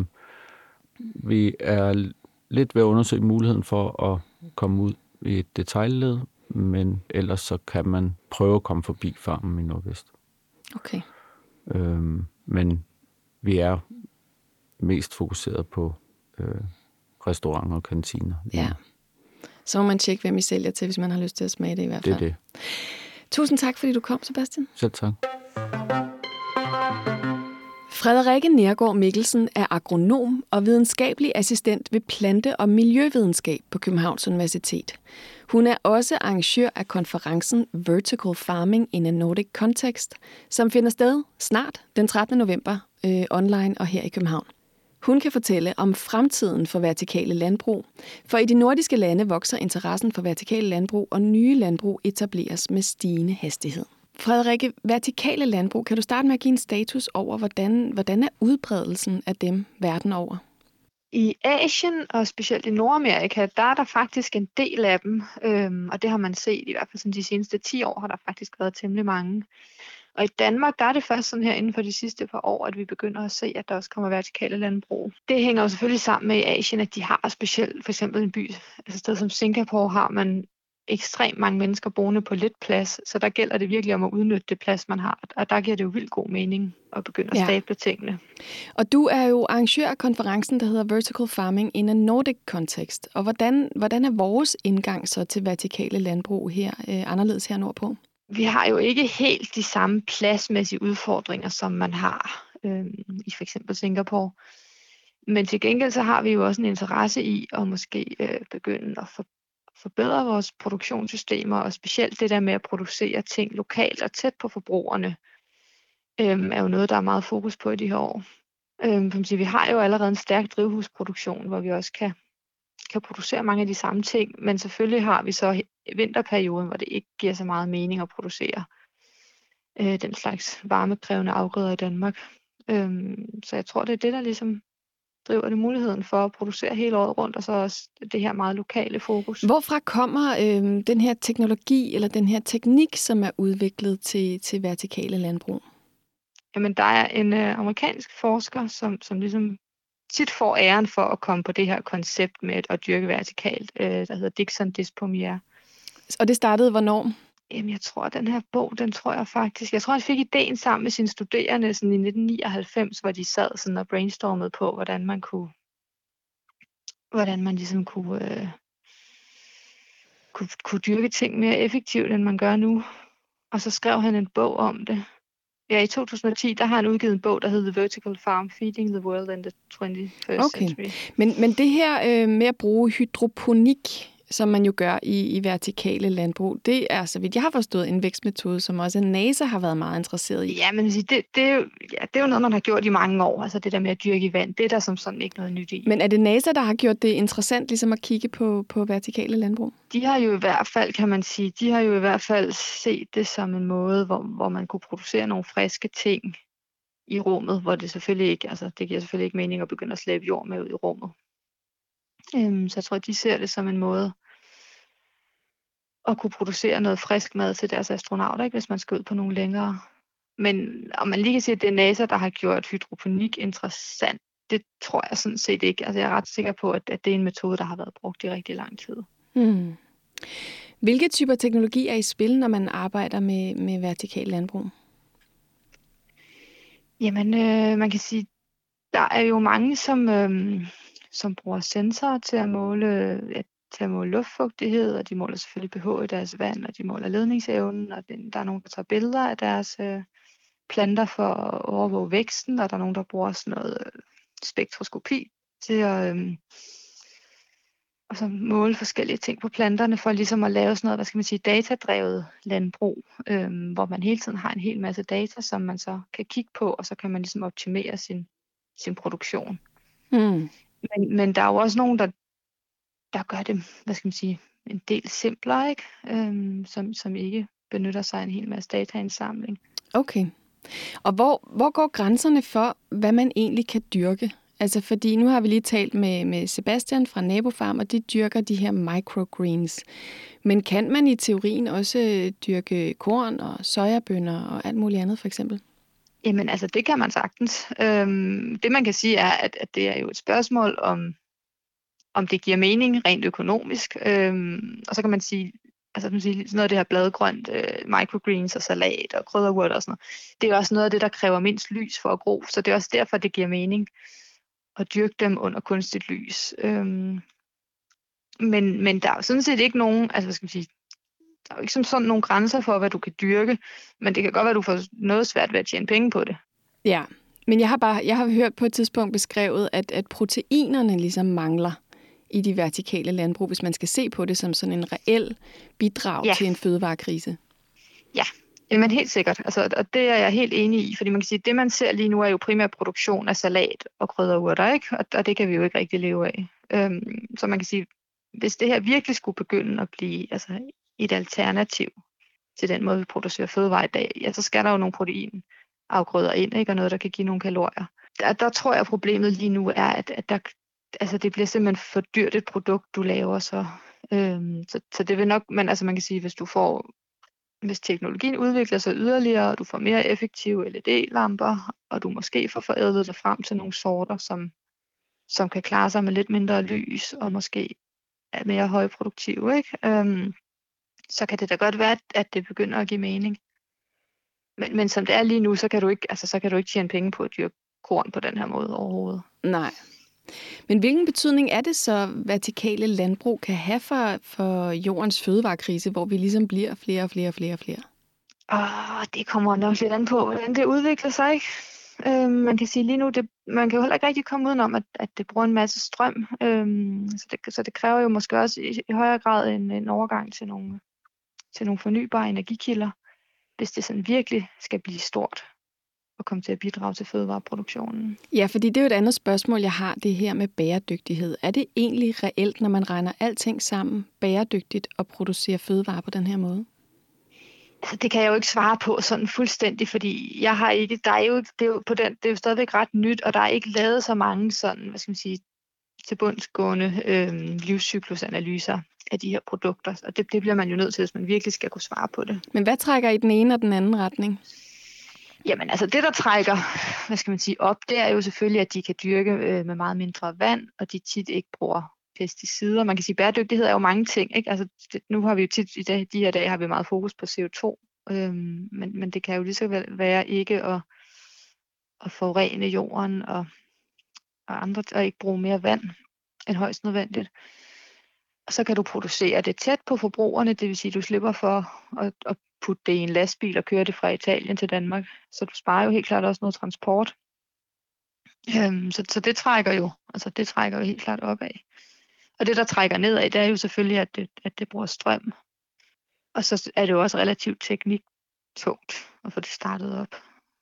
vi er lidt ved at undersøge muligheden for at komme ud i et detailled, men ellers så kan man prøve at komme forbi farmen i Nordvest. Okay. Øhm, men vi er mest fokuseret på øh, restauranter og kantiner. Ja. Så må man tjekke, hvem I sælger til, hvis man har lyst til at smage det i hvert fald. Det er det. Tusind tak, fordi du kom, Sebastian. Selv tak. Frederikke Neergaard Mikkelsen er agronom og videnskabelig assistent ved plante- og miljøvidenskab på Københavns Universitet. Hun er også arrangør af konferencen Vertical Farming in a Nordic Context, som finder sted snart den trettende november øh, online og her i København. Hun kan fortælle om fremtiden for vertikale landbrug, for i de nordiske lande vokser interessen for vertikale landbrug, og nye landbrug etableres med stigende hastighed. Frederikke, vertikale landbrug, kan du starte med at give en status over, hvordan, hvordan er udbredelsen af dem verden over? I Asien og specielt i Nordamerika, der er der faktisk en del af dem, øhm, og det har man set i hvert fald sådan de seneste ti år, har der faktisk været temmelig mange. Og i Danmark, der er det først sådan her inden for de sidste par år, at vi begynder at se, at der også kommer vertikale landbrug. Det hænger jo selvfølgelig sammen med i Asien, at de har specielt for eksempel en by, altså et sted som Singapore, har man ekstremt mange mennesker boende på lidt plads, så der gælder det virkelig om at udnytte det plads, man har. Og der giver det jo vildt god mening at begynde at stable ja. tingene. Og du er jo arrangør af konferencen, der hedder Vertical Farming in a Nordic Context. Og hvordan, hvordan er vores indgang så til vertikale landbrug her, øh, anderledes her nordpå? Vi har jo ikke helt de samme pladsmæssige udfordringer, som man har øh, i for eksempel Singapore. Men til gengæld så har vi jo også en interesse i at måske øh, begynde at for, forbedre vores produktionssystemer, og specielt det der med at producere ting lokalt og tæt på forbrugerne, øh, er jo noget, der er meget fokus på i de her år. Øh, vi har jo allerede en stærk drivhusproduktion, hvor vi også kan, kan producere mange af de samme ting, men selvfølgelig har vi så vinterperioden, hvor det ikke giver så meget mening at producere øh, den slags varmekrævende afgrøder i Danmark. Øh, så jeg tror, det er det, der ligesom driver det muligheden for at producere hele året rundt, og så også det her meget lokale fokus. Hvorfra kommer øh, den her teknologi, eller den her teknik, som er udviklet til, til vertikale landbrug? Jamen, der er en øh, amerikansk forsker, som, som ligesom tit får æren for at komme på det her koncept med at, at dyrke vertikalt, øh, der hedder Dixon Despomier. Og det startede hvornår? Jamen, jeg tror, at den her bog, den tror jeg faktisk, jeg tror, han fik ideen sammen med sine studerende sådan i nitten nioghalvfems, hvor de sad sådan og brainstormede på, hvordan man kunne, hvordan man ligesom kunne, øh, kunne, kunne dyrke ting mere effektivt, end man gør nu. Og så skrev han en bog om det. Ja, i to tusind og ti, der har han udgivet en bog, der hedder The Vertical Farm, Feeding the World in the twenty-first okay. Century. Men, men det her øh, med at bruge hydroponik, som man jo gør i, i vertikale landbrug, det er, så vidt jeg har forstået, en vækstmetode, som også NASA har været meget interesseret i. Ja, men det, det, er jo, ja, det er jo noget, man har gjort i mange år, altså det der med at dyrke i vand, det er der som sådan ikke noget nyt i. Men er det NASA, der har gjort det interessant ligesom at kigge på, på vertikale landbrug? De har jo i hvert fald, kan man sige, de har jo i hvert fald set det som en måde, hvor, hvor man kunne producere nogle friske ting i rummet, hvor det selvfølgelig ikke, altså det giver selvfølgelig ikke mening at begynde at slæbe jord med ud i rummet. Øhm, så jeg tror, de ser det som en måde at kunne producere noget frisk mad til deres astronauter, ikke, hvis man skal ud på nogle længere. Men om man lige kan sige, at det er NASA, der har gjort hydroponik interessant, det tror jeg sådan set ikke. Altså jeg er ret sikker på, at, at det er en metode, der har været brugt i rigtig lang tid. Hmm. Hvilke typer teknologi er i spil, når man arbejder med, med vertikal landbrug? Jamen, øh, man kan sige, der er jo mange, som, øh, som bruger sensorer til at måle, ja, til at måle luftfugtighed, og de måler selvfølgelig pH i deres vand, og de måler ledningsevnen, og der er nogen, der tager billeder af deres øh, planter for at overvåge væksten, og der er nogen, der bruger sådan noget øh, spektroskopi til at øh, og så måle forskellige ting på planterne, for ligesom at lave sådan noget, hvad skal man sige, datadrevet landbrug, øh, hvor man hele tiden har en hel masse data, som man så kan kigge på, og så kan man ligesom optimere sin, sin produktion. Mm. Men, men der er jo også nogen, der, der gør det, hvad skal man sige, en del simplere, ikke? Øhm, som, som ikke benytter sig af en hel masse dataindsamling. Okay. Og hvor, hvor går grænserne for, hvad man egentlig kan dyrke? Altså fordi nu har vi lige talt med, med Sebastian fra Nabofarm, og de dyrker de her microgreens. Men kan man i teorien også dyrke korn og sojabønner og alt muligt andet for eksempel? Jamen altså, det kan man sagtens. Øhm, det man kan sige er, at, at det er jo et spørgsmål om, om det giver mening rent økonomisk. Øhm, og så kan man sige, altså man sige, sådan noget af det her bladgrønt, øh, microgreens og salat og krydderurter og sådan noget, det er også noget af det, der kræver mindst lys for at gro. Så det er også derfor, det giver mening at dyrke dem under kunstigt lys. Øhm, men, men der er jo sådan set ikke nogen, altså hvad skal man sige, der er jo ikke som sådan nogle grænser for, hvad du kan dyrke, men det kan godt være, at du får noget svært ved at tjene penge på det. Ja, men jeg har bare jeg har hørt på et tidspunkt beskrevet, at, at proteinerne ligesom mangler i de vertikale landbrug, hvis man skal se på det som sådan en reel bidrag ja. til en fødevarekrise. Ja, men helt sikkert. Altså, og det er jeg helt enig i, fordi man kan sige, at det, man ser lige nu, er jo primært produktion af salat og krydderurter, ikke? Og, og det kan vi jo ikke rigtig leve af. Øhm, så man kan sige, hvis det her virkelig skulle begynde at blive altså, et alternativ til den måde, vi producerer fødevarer i dag, ja, så skal der jo nogle proteinafgrøder ind, ikke? Og noget, der kan give nogle kalorier. Der, der tror jeg, at problemet lige nu er, at, at der, altså, det bliver simpelthen for dyrt et produkt, du laver. Så, øhm, så, så det vil nok, men altså, man kan sige, hvis du får Hvis teknologien udvikler sig yderligere, og du får mere effektive L E D-lamper, og du måske får forædlet dig frem til nogle sorter, som, som kan klare sig med lidt mindre lys, og måske er mere højproduktive, ikke? Øhm, så kan det da godt være, at det begynder at give mening. Men, men som det er lige nu, så kan du ikke, altså, så kan du ikke tjene penge på at dyrke korn på den her måde overhovedet. Nej. Men hvilken betydning er det så, vertikale landbrug kan have for, for jordens fødevarekrise, hvor vi ligesom bliver flere og flere og flere og flere? Åh, det kommer nok lidt an på, hvordan det udvikler sig, ikke? Øhm, man kan sige lige nu, det, man kan jo heller ikke rigtig komme udenom, at, at det bruger en masse strøm. Øhm, så, det, så det kræver jo måske også i, i højere grad en, en overgang til nogle, til nogle fornybare energikilder, hvis det sådan virkelig skal blive stort og komme til at bidrage til fødevareproduktionen. Ja, fordi det er jo et andet spørgsmål, jeg har, det her med bæredygtighed. Er det egentlig reelt, når man regner alting sammen, bæredygtigt at producere fødevarer på den her måde? Altså, det kan jeg jo ikke svare på sådan fuldstændig, fordi jeg har ikke, der er jo, det er jo, på den, det er jo stadigvæk ret nyt, og der er ikke lavet så mange sådan, hvad skal man sige, tilbundsgående øh, livscyklusanalyser af de her produkter, og det, det bliver man jo nødt til, hvis man virkelig skal kunne svare på det. Men hvad trækker i den ene og den anden retning? Jamen altså det, der trækker, hvad skal man sige, op, det er jo selvfølgelig, at de kan dyrke øh, med meget mindre vand, og de tit ikke bruger pesticider. Man kan sige, at bæredygtighed er jo mange ting, ikke? Altså det, nu har vi jo tit, i dag, de her dage har vi meget fokus på C O to, øhm, men, men det kan jo lige så vel være ikke at, at forurene jorden og, og andre, og ikke bruge mere vand end højst nødvendigt. Og så kan du producere det tæt på forbrugerne, det vil sige, at du slipper for at, at putte det i en lastbil og køre det fra Italien til Danmark. Så du sparer jo helt klart også noget transport. Øhm, så, så det trækker jo, altså det trækker jo helt klart opad. Og det, der trækker nedad, det er jo selvfølgelig, at det, at det bruger strøm. Og så er det jo også relativt tekniktungt at få det startet op.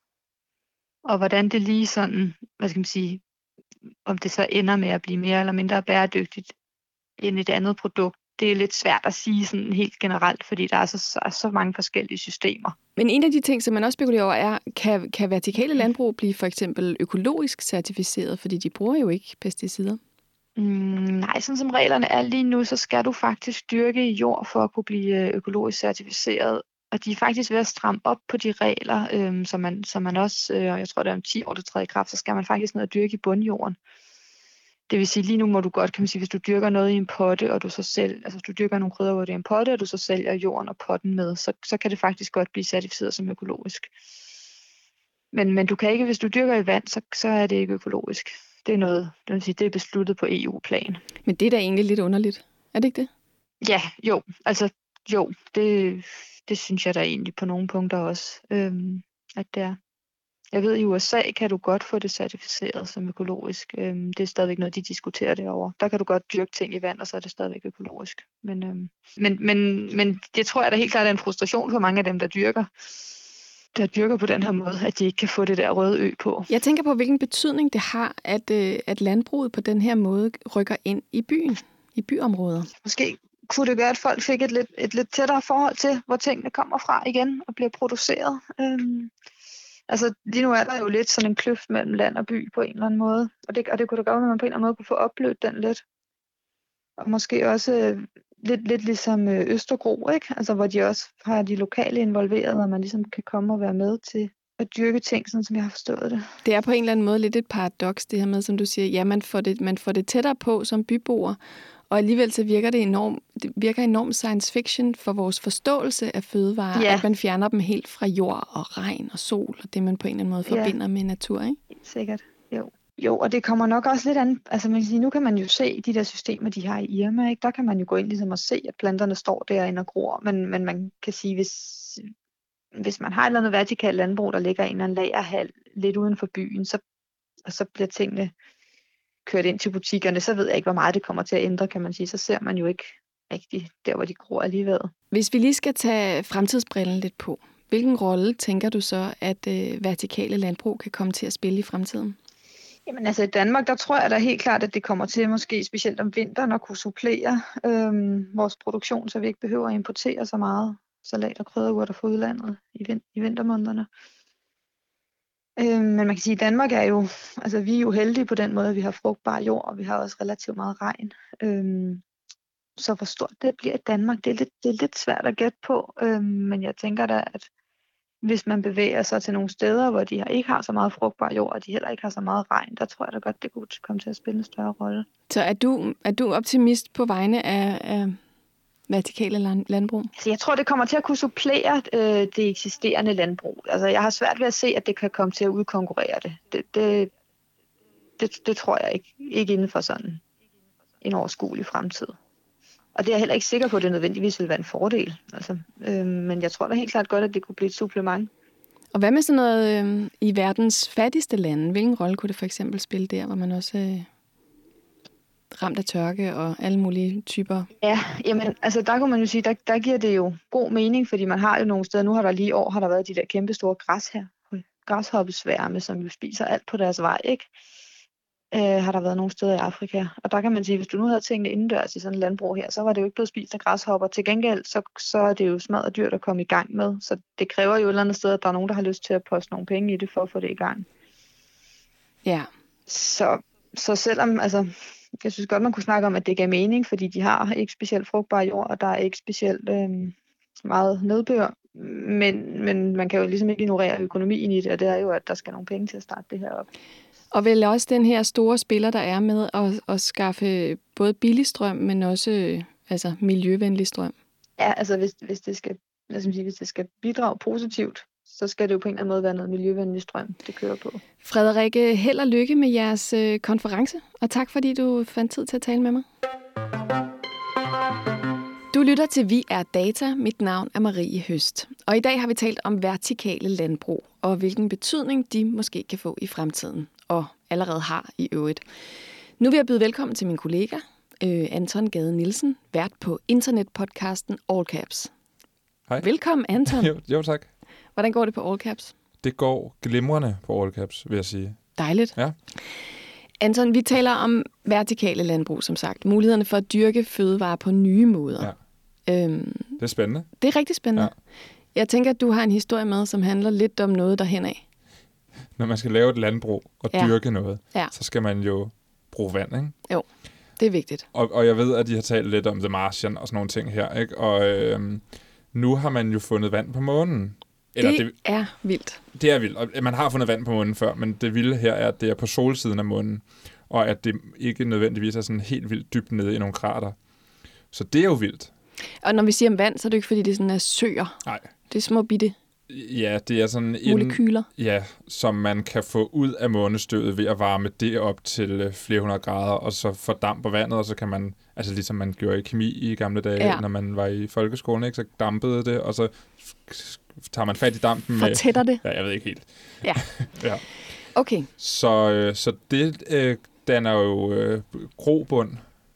Og hvordan det lige sådan, hvad skal man sige, om det så ender med at blive mere eller mindre bæredygtigt end et andet produkt, det er lidt svært at sige sådan helt generelt, fordi der er så, så, så mange forskellige systemer. Men en af de ting, som man også spekulerer over, er, kan, kan vertikale landbrug blive for eksempel økologisk certificeret, fordi de bruger jo ikke pesticider? Mm, nej, sådan som reglerne er lige nu, så skal du faktisk dyrke i jord for at kunne blive økologisk certificeret. Og de er faktisk ved at stramme op på de regler, øhm, som, man, som man også, øh, jeg tror det er om ti år, det træder i kraft, så skal man faktisk ned og dyrke i bundjorden. Det vil sige, lige nu må du godt, kan man sige, hvis du dyrker noget i en potte, og du så selv, altså du dyrker nogle krydderurter i en potte, og du så sælger jorden og potten med, så, så kan det faktisk godt blive certificeret som økologisk. Men, men du kan ikke, hvis du dyrker i vand, så, så er det ikke økologisk. Det er noget, det vil sige, det er besluttet på E U-plan. Men det er da egentlig lidt underligt. Er det ikke det? Ja, jo. Altså, jo. Det, det synes jeg da egentlig på nogle punkter også, øhm, at det er. Jeg ved, i U S A kan du godt få det certificeret som økologisk. Øhm, det er stadigvæk noget, de diskuterer derovre. Der kan du godt dyrke ting i vand, og så er det stadigvæk økologisk. Men, øhm, men, men, men det tror jeg da helt klart er en frustration for mange af dem, der dyrker. der dyrker på den her måde, at de ikke kan få det der røde ø på. Jeg tænker på, hvilken betydning det har, at, øh, at landbruget på den her måde rykker ind i byen, i byområder. Måske kunne det gøre, at folk fik et lidt, et lidt tættere forhold til, hvor tingene kommer fra igen og bliver produceret. Øhm, altså lige nu er der jo lidt sådan en kløft mellem land og by på en eller anden måde, og det, og det kunne da godt, at man på en eller anden måde kunne få opblødt den lidt. Og måske også øh, lidt, lidt ligesom øh, Østergro, ikke? Altså hvor de også har de lokale involveret, hvor man ligesom kan komme og være med til at dyrke ting, sådan som jeg har forstået det. Det er på en eller anden måde lidt et paradoks, det her med, som du siger, ja, man får det, man får det tættere på som byboer, og alligevel så virker det enormt, det virker enormt science fiction for vores forståelse af fødevarer, ja. At man fjerner dem helt fra jord og regn og sol, og det man på en eller anden måde forbinder ja. Med natur, ikke? Sikkert, jo. Jo, og det kommer nok også lidt an. Altså man kan sige, nu kan man jo se de der systemer, de har i Irma, ikke? Der kan man jo gå ind ligesom og se, at planterne står derinde og gror. Men, men man kan sige, hvis, hvis man har et eller andet vertikalt landbrug, der ligger i en eller anden lagerhal lidt uden for byen, så, og så bliver tingene kørt ind til butikkerne, så ved jeg ikke, hvor meget det kommer til at ændre, kan man sige. Så ser man jo ikke rigtig der, hvor de gror alligevel. Hvis vi lige skal tage fremtidsbrillen lidt på, hvilken rolle tænker du så, at øh, vertikale landbrug kan komme til at spille i fremtiden? Jamen altså i Danmark, der tror jeg da helt klart, at det kommer til måske specielt om vinteren at kunne supplere øhm, vores produktion, så vi ikke behøver at importere så meget salat og krydderurter fra udlandet i, vin- i vintermånederne. Øhm, men man kan sige, at Danmark er jo, altså vi er jo heldige på den måde, at vi har frugtbar jord, og vi har også relativt meget regn. Øhm, så hvor stort det bliver i Danmark, det er lidt, det er lidt svært at gætte på, øhm, men jeg tænker da, at hvis man bevæger sig til nogle steder, hvor de ikke har så meget frugtbar jord, og de heller ikke har så meget regn, der tror jeg da godt, det kunne komme til at spille en større rolle. Så er du, er du optimist på vegne af, af vertikale land, landbrug? Altså, jeg tror, det kommer til at kunne supplere øh, det eksisterende landbrug. Altså, jeg har svært ved at se, at det kan komme til at udkonkurrere det. Det, det, det, det tror jeg ikke. Ikke inden for sådan en overskuelig fremtid. Og det er jeg heller ikke sikker på, at det nødvendigvis vil være en fordel. Altså, øh, men jeg tror da helt klart godt, at det kunne blive et supplement. Og hvad med sådan noget øh, i verdens fattigste lande? Hvilken rolle kunne det for eksempel spille der, hvor man også øh, ramt af tørke og alle mulige typer? Ja, jamen, altså der kunne man jo sige, der, der giver det jo god mening, fordi man har jo nogle steder, nu har der lige i år har der været de der kæmpe store græs her, græshoppesværme, som jo spiser alt på deres vej, ikke? Øh, har der været nogle steder i Afrika. Og der kan man sige, hvis du nu havde tingene indendørs i sådan et landbrug her, så var det jo ikke blevet spist af græshopper. Til gengæld, så, så er det jo smadret dyrt at komme i gang med. Så det kræver jo et eller andet sted, at der er nogen, der har lyst til at poste nogle penge i det, for at få det i gang. Ja. Så, så selvom, altså, jeg synes godt, man kunne snakke om, at det gav mening, fordi de har ikke specielt frugtbar jord, og der er ikke specielt øh, meget nedbør. Men, men man kan jo ligesom ikke ignorere økonomien i det, og det er jo, at der skal nogle penge til at starte det her op. Og vel også den her store spiller, der er med at, at skaffe både billig strøm, men også altså miljøvenlig strøm. Ja, altså hvis, hvis, det skal, lad os sige, hvis det skal bidrage positivt, så skal det jo på en eller anden måde være noget miljøvenlig strøm, det kører på. Frederikke, held og lykke med jeres øh, konference, og tak fordi du fandt tid til at tale med mig. Du lytter til Vi er Data. Mit navn er Marie Høst. Og i dag har vi talt om vertikale landbrug, og hvilken betydning de måske kan få i fremtiden, og allerede har i øvrigt. Nu vil jeg byde velkommen til min kollega, øh, Anton Gade Nielsen, vært på internetpodcasten All Caps. Hej. Velkommen, Anton. jo, jo, tak. Hvordan går det på All Caps? Det går glimrende på All Caps, vil jeg sige. Dejligt. Ja. Anton, vi taler om vertikale landbrug, som sagt. Mulighederne for at dyrke fødevarer på nye måder. Ja. Øhm, det er spændende. Det er rigtig spændende. Ja. Jeg tænker, at du har en historie med, som handler lidt om noget derhenad. Når man skal lave et landbrug og ja. dyrke noget, ja. så skal man jo bruge vand, ikke? Jo, det er vigtigt. Og, og jeg ved, at de har talt lidt om The Martian og sådan nogle ting her, ikke? Og øhm, nu har man jo fundet vand på månen. Eller det, det er vildt. Det er vildt. Og man har fundet vand på månen før, men det vilde her er, at det er på solsiden af månen, og at det ikke nødvendigvis er sådan helt vildt dybt nede i nogle krater. Så det er jo vildt. Og når vi siger om vand, så er det ikke, fordi det sådan er søer. Nej. Det er små bitte ja, det er sådan en, molekyler. Ja, som man kan få ud af månestøvet ved at varme det op til flere hundrede grader, og så fordamper vandet, og så kan man, altså ligesom man gjorde i kemi i gamle dage, ja. Når man var i folkeskolen, ikke, så dampede det, og så tager man fat i dampen med... Fortætter det? Ja, jeg ved ikke helt. Ja. ja. Okay. Så, så det øh, danner jo øh, grobund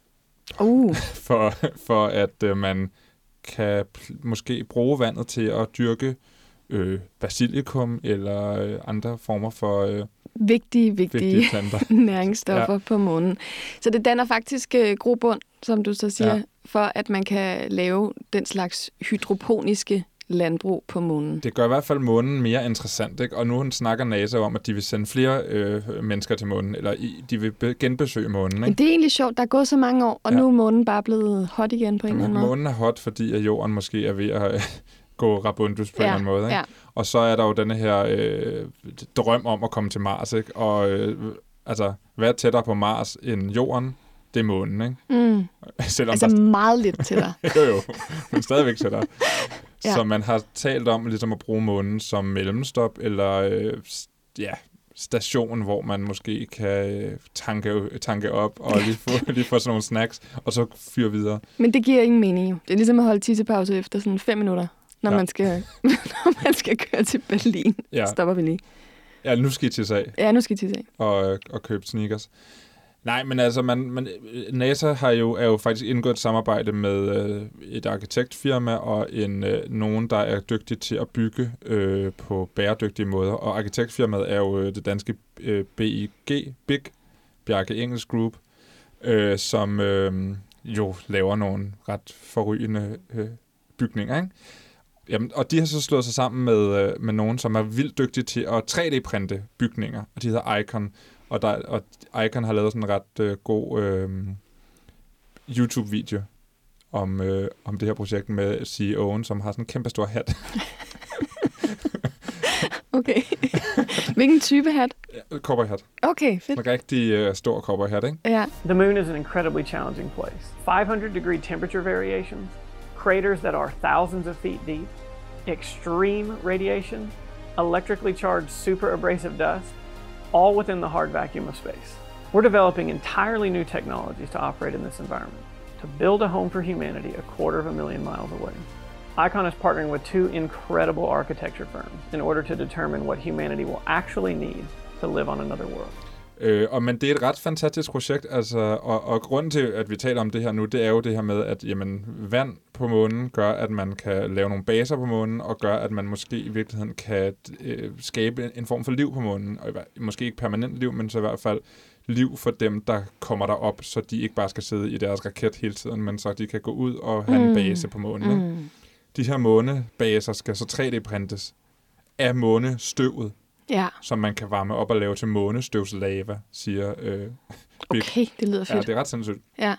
uh. for, for at øh, man kan p- måske bruge vandet til at dyrke øh, basilikum eller øh, andre former for øh, vigtige, vigtige, vigtige planter. næringsstoffer ja. På månen. Så det danner faktisk øh, grobund, som du så siger, ja. For at man kan lave den slags hydroponiske landbrug på månen. Det gør i hvert fald månen mere interessant, ikke? Og nu snakker NASA om, at de vil sende flere øh, mennesker til månen, eller i, de vil genbesøge månen. Ikke? Men det er egentlig sjovt. Der er gået så mange år, og ja. Nu er månen bare blevet hot igen på en eller anden måde. Månen er hot, fordi at jorden måske er ved at øh, gå rabundus på ja. En eller anden måde. Ikke? Ja. Og så er der jo denne her øh, drøm om at komme til Mars, ikke? Og øh, altså, være tættere på Mars end jorden, det er månen, ikke? Mm. Selvom altså der... meget lidt tættere. jo jo, men stadigvæk tættere. Ja. Så man har talt om ligesom at bruge månen som mellemstop, eller øh, ja, station, hvor man måske kan tanke, tanke op og lige få, lige få sådan nogle snacks, og så fyre videre. Men det giver ingen mening jo. Det er ligesom at holde tissepause efter sådan fem minutter, når, ja. man, skal, når man skal køre til Berlin. Ja. Stopper vi lige. Ja, nu skal I tisse af. Ja, nu skal I tisse af. Og, og købe sneakers. Nej, men altså, man, man, NASA har jo, er jo faktisk indgået et samarbejde med øh, et arkitektfirma og en øh, nogen, der er dygtig til at bygge øh, på bæredygtige måder. Og arkitektfirmaet er jo øh, det danske øh, B I G, Big, Bjarke Ingels Group, øh, som øh, jo laver nogle ret forrygende øh, bygninger, ikke? Jamen, og de har så slået sig sammen med, øh, med nogen, som er vildt dygtige til at tre D-printe bygninger, og de hedder Icon. Og, der, og Icon har lavet sådan en ret øh, god øh, YouTube-video om, øh, om det her projekt med C E O'en, som har sådan en kæmpe stor hat. Okay. Hvilken type hat? Ja, cowboyhat. Okay, fedt. En rigtig øh, stor cowboyhat, ikke? Ja. The moon is an incredibly challenging place. five hundred degree temperature variations, craters that are thousands of feet deep, extreme radiation, electrically charged super abrasive dust, all within the hard vacuum of space. We're developing entirely new technologies to operate in this environment, to build a home for humanity a quarter of a million miles away. Icon is partnering with two incredible architecture firms in order to determine what humanity will actually need to live on another world. Øh, og men det er et ret fantastisk projekt, altså, og, og grunden til, at vi taler om det her nu, det er jo det her med, at jamen, vand på månen gør, at man kan lave nogle baser på månen, og gør, at man måske i virkeligheden kan øh, skabe en form for liv på månen. Og måske ikke permanent liv, men så i hvert fald liv for dem, der kommer derop, så de ikke bare skal sidde i deres raket hele tiden, men så de kan gå ud og have mm. en base på månen. Mm. Ikke? De her månebaser skal så tre D-printes af månestøvet. Ja. Som man kan varme op og lave til månestøvslava, siger øh, Big. Okay, det lyder fedt. Ja, det er ret sindssygt. Ja.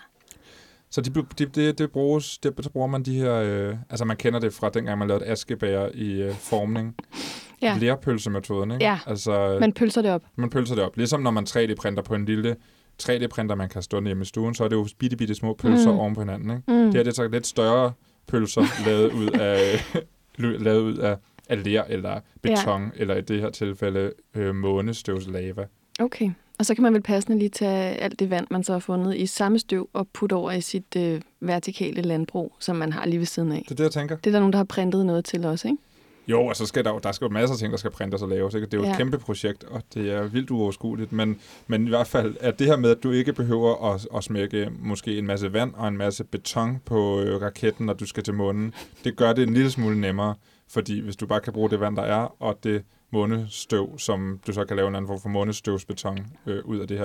Så det de, de, de bruges, de, så bruger man de her, øh, altså man kender det fra dengang, man lavede askebager i øh, formning. Ja. Lerpølsemetoden, ikke? Ja, altså, man pølser det op. Man pølser det op. Ligesom når man tre D-printer på en lille tre D-printer, man kan stå hjemme i stuen, så er det jo bitte, bitte små pølser mm. oven på hinanden, ikke? Mm. Det her, det er så lidt større pølser, lavet ud af, lavet ud af af ler eller beton, ja. Eller i det her tilfælde øh, månestøvslava. Okay, og så kan man vel passende lige tage alt det vand, man så har fundet i samme støv og putte over i sit øh, vertikale landbrug, som man har lige ved siden af. Det er det, jeg tænker. Det er der nogen, der har printet noget til også, ikke? Jo, og så skal der jo, der skal jo masser af ting, der skal printes og laves, ikke? Det er jo ja. Et kæmpe projekt, og det er vildt uoverskueligt, men, men i hvert fald er det her med, at du ikke behøver at, at smække måske en masse vand og en masse beton på øh, raketten, når du skal til månen, det gør det en lille smule nemmere. Fordi hvis du bare kan bruge det vand, der er, og det månestøv, som du så kan lave en anden form for månestøvsbeton øh, ud af det her,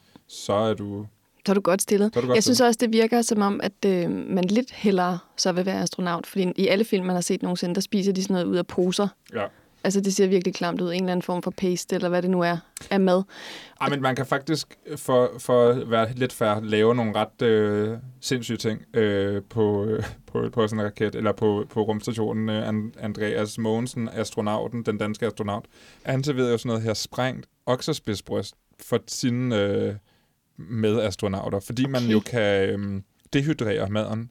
så er du... Så er du godt stillet. Er du godt jeg stillet. synes også, det virker som om, at øh, man lidt hellere så vil være astronaut. Fordi i alle film, man har set nogensinde, der spiser de sådan noget ud af poser. Ja. Altså, det ser virkelig klamt ud. En eller anden form for paste, eller hvad det nu er, af mad. Ej, men man kan faktisk, for, for at være lidt fair, lave nogle ret øh, sindssyge ting øh, på, øh, på, på sådan en raket, eller på, på rumstationen. Andreas Mogensen, astronauten, den danske astronaut, han serverede jo sådan noget her sprængt oksespidsbryst for sine øh, medastronauter, fordi man okay. jo kan øh, dehydrere maden,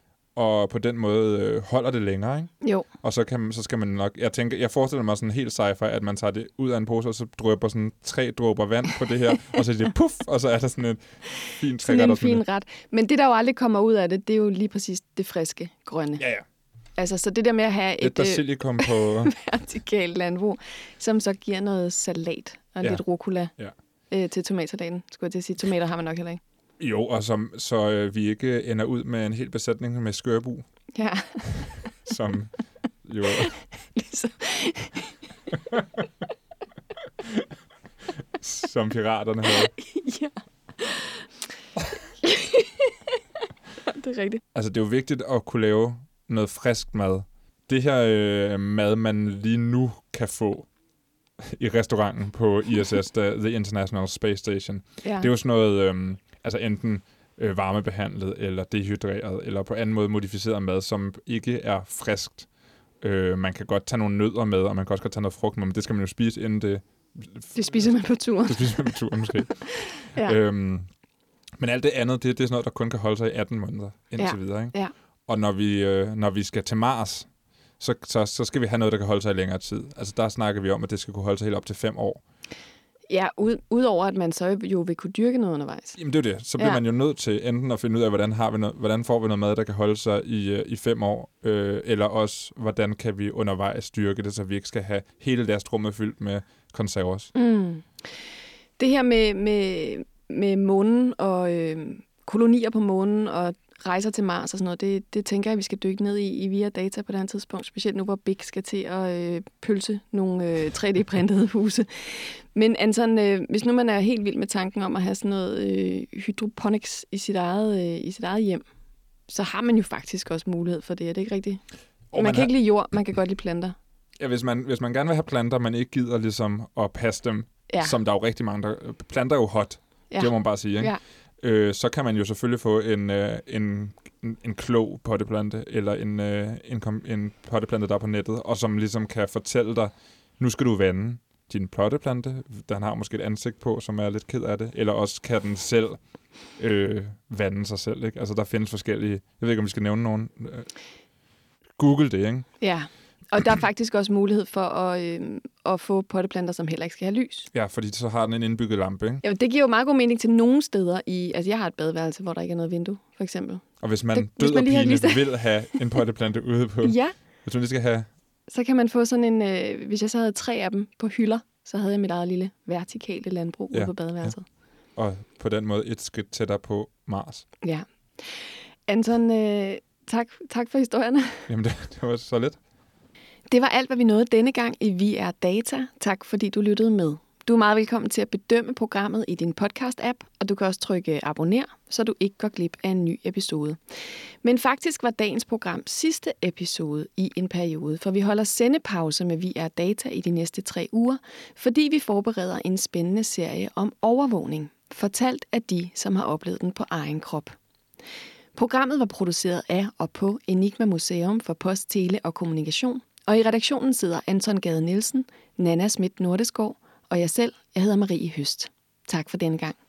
og på den måde øh, holder det længere, ikke? Jo. Og så, kan man, så skal man nok... Jeg tænker, jeg forestiller mig sådan helt sci-fi, at man tager det ud af en pose, og så drøber sådan tre dråber vand på det her, og så er det puff, og så er der sådan en fin trækker. Sådan en fin ret. Men det, der jo aldrig kommer ud af det, det er jo lige præcis det friske, grønne. Ja, ja. Altså, så det der med at have et, et basilikum på vertikalt landbrug, som så giver noget salat og ja. Lidt rucola ja. øh, til tomatsalaten. Skulle jeg til at sige, tomater har man nok heller ikke. Jo, og som, så øh, vi ikke ender ud med en hel besætning med skørbu. Ja. Som jo... ligesom. Som piraterne havde. Ja. Det er rigtigt. Altså, det er jo vigtigt at kunne lave noget frisk mad. Det her øh, mad, man lige nu kan få i restauranten på I S S, The International Space Station, ja. Det er jo sådan noget... Øh, altså enten øh, varmebehandlet, eller dehydreret, eller på anden måde modificeret mad, som ikke er friskt. Øh, man kan godt tage nogle nødder med, og man kan også godt tage noget frugt med, men det skal man jo spise, inden det... Det spiser man på turen. Det spiser man på turen, måske. Ja. Øhm, men alt det andet, det, det er sådan noget, der kun kan holde sig i atten måneder, indtil ja. Videre. Ikke? Ja. Og når vi, øh, når vi skal til Mars, så, så, så skal vi have noget, der kan holde sig i længere tid. Altså der snakker vi om, at det skal kunne holde sig helt op til fem år. Ja, ud, udover at man så jo vil kunne dyrke noget undervejs. Jamen det er det. Så bliver ja. man jo nødt til enten at finde ud af, hvordan, har vi noget, hvordan får vi noget mad, der kan holde sig i, i fem år, øh, eller også, hvordan kan vi undervejs dyrke det, så vi ikke skal have hele lastrummet fyldt med konserves. Mm. Det her med, med, med månen og øh, kolonier på månen og rejser til Mars og sådan noget, det, det tænker jeg, vi skal dykke ned i, i via data på det her tidspunkt, specielt nu, hvor Big skal til at øh, pølse nogle øh, tre D-printede huse. Men Anton, øh, hvis nu man er helt vild med tanken om at have sådan noget øh, hydroponics i sit, eget, øh, i sit eget hjem, så har man jo faktisk også mulighed for det, er det ikke rigtigt? Man, man kan har... ikke lide jord, man kan godt lide planter. Ja, hvis man, hvis man gerne vil have planter, man ikke gider ligesom at passe dem, ja. som der er jo rigtig mange, der... Planter er jo hot, ja. det må man bare sige, ikke? Ja. Øh, så kan man jo selvfølgelig få en, øh, en, en, en klog potteplante, eller en, øh, en, en potteplante, der er på nettet, og som ligesom kan fortælle dig, nu skal du vande din potteplante. Den har måske et ansigt på, som er lidt ked af det, eller også kan den selv øh, vande sig selv. Ikke? Altså der findes forskellige... Jeg ved ikke, om vi skal nævne nogen. Google det, ikke? Ja. Og der er faktisk også mulighed for at, øh, at få potteplanter, som heller ikke skal have lys. Ja, fordi så har den en indbygget lampe, ikke? Ja, det giver jo meget god mening til nogle steder. I, altså, jeg har et badeværelse, hvor der ikke er noget vindue, for eksempel. Og hvis man det, død hvis man og pine vil have en potteplante ude på... Ja. Hvis man lige skal have... Så kan man få sådan en... Øh, hvis jeg så havde tre af dem på hylder, så havde jeg mit eget lille vertikale landbrug ja, ude på badeværelset. Ja. Og på den måde et skridt tættere på Mars. Ja. Anton, øh, tak, tak for historierne. Jamen, det, det var så lidt. Det var alt, hvad vi nåede denne gang i Vi er Data. Tak fordi du lyttede med. Du er meget velkommen til at bedømme programmet i din podcast-app, og du kan også trykke abonner, så du ikke går glip af en ny episode. Men faktisk var dagens program sidste episode i en periode, for vi holder sendepause med Vi er Data i de næste tre uger, fordi vi forbereder en spændende serie om overvågning, fortalt af de, som har oplevet den på egen krop. Programmet var produceret af og på Enigma Museum for Post, Tele og Kommunikation, og i redaktionen sidder Anton Gade Nielsen, Nana Schmidt Nordesgaard og jeg selv, jeg hedder Marie Høst. Tak for denne gang.